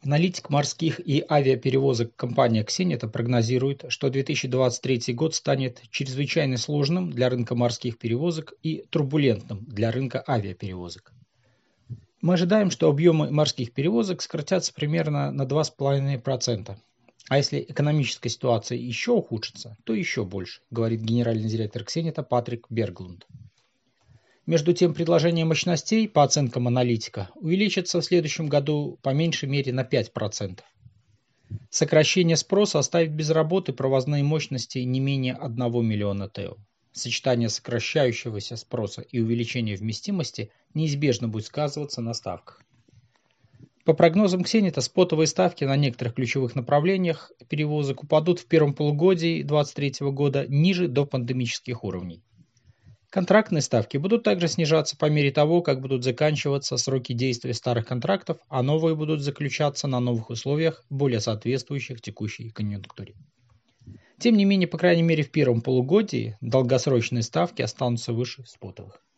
Аналитик морских и авиаперевозок компания Xeneta прогнозирует, что 2023 год станет чрезвычайно сложным для рынка морских перевозок и турбулентным для рынка авиаперевозок. Мы ожидаем, что объемы морских перевозок сократятся примерно на 2,5%. А если экономическая ситуация еще ухудшится, то еще больше, говорит генеральный директор Xeneta Патрик Берглунд. Между тем, предложение мощностей, по оценкам аналитика, увеличится в следующем году по меньшей мере на 5%. Сокращение спроса оставит без работы провозные мощности не менее 1 миллиона ТЭО. Сочетание сокращающегося спроса и увеличения вместимости неизбежно будет сказываться на ставках. По прогнозам Xeneta, спотовые ставки на некоторых ключевых направлениях перевозок упадут в первом полугодии 2023 года ниже допандемических уровней. Контрактные ставки будут также снижаться по мере того, как будут заканчиваться сроки действия старых контрактов, а новые будут заключаться на новых условиях, более соответствующих текущей конъюнктуре. Тем не менее, по крайней мере в первом полугодии долгосрочные ставки останутся выше спотовых.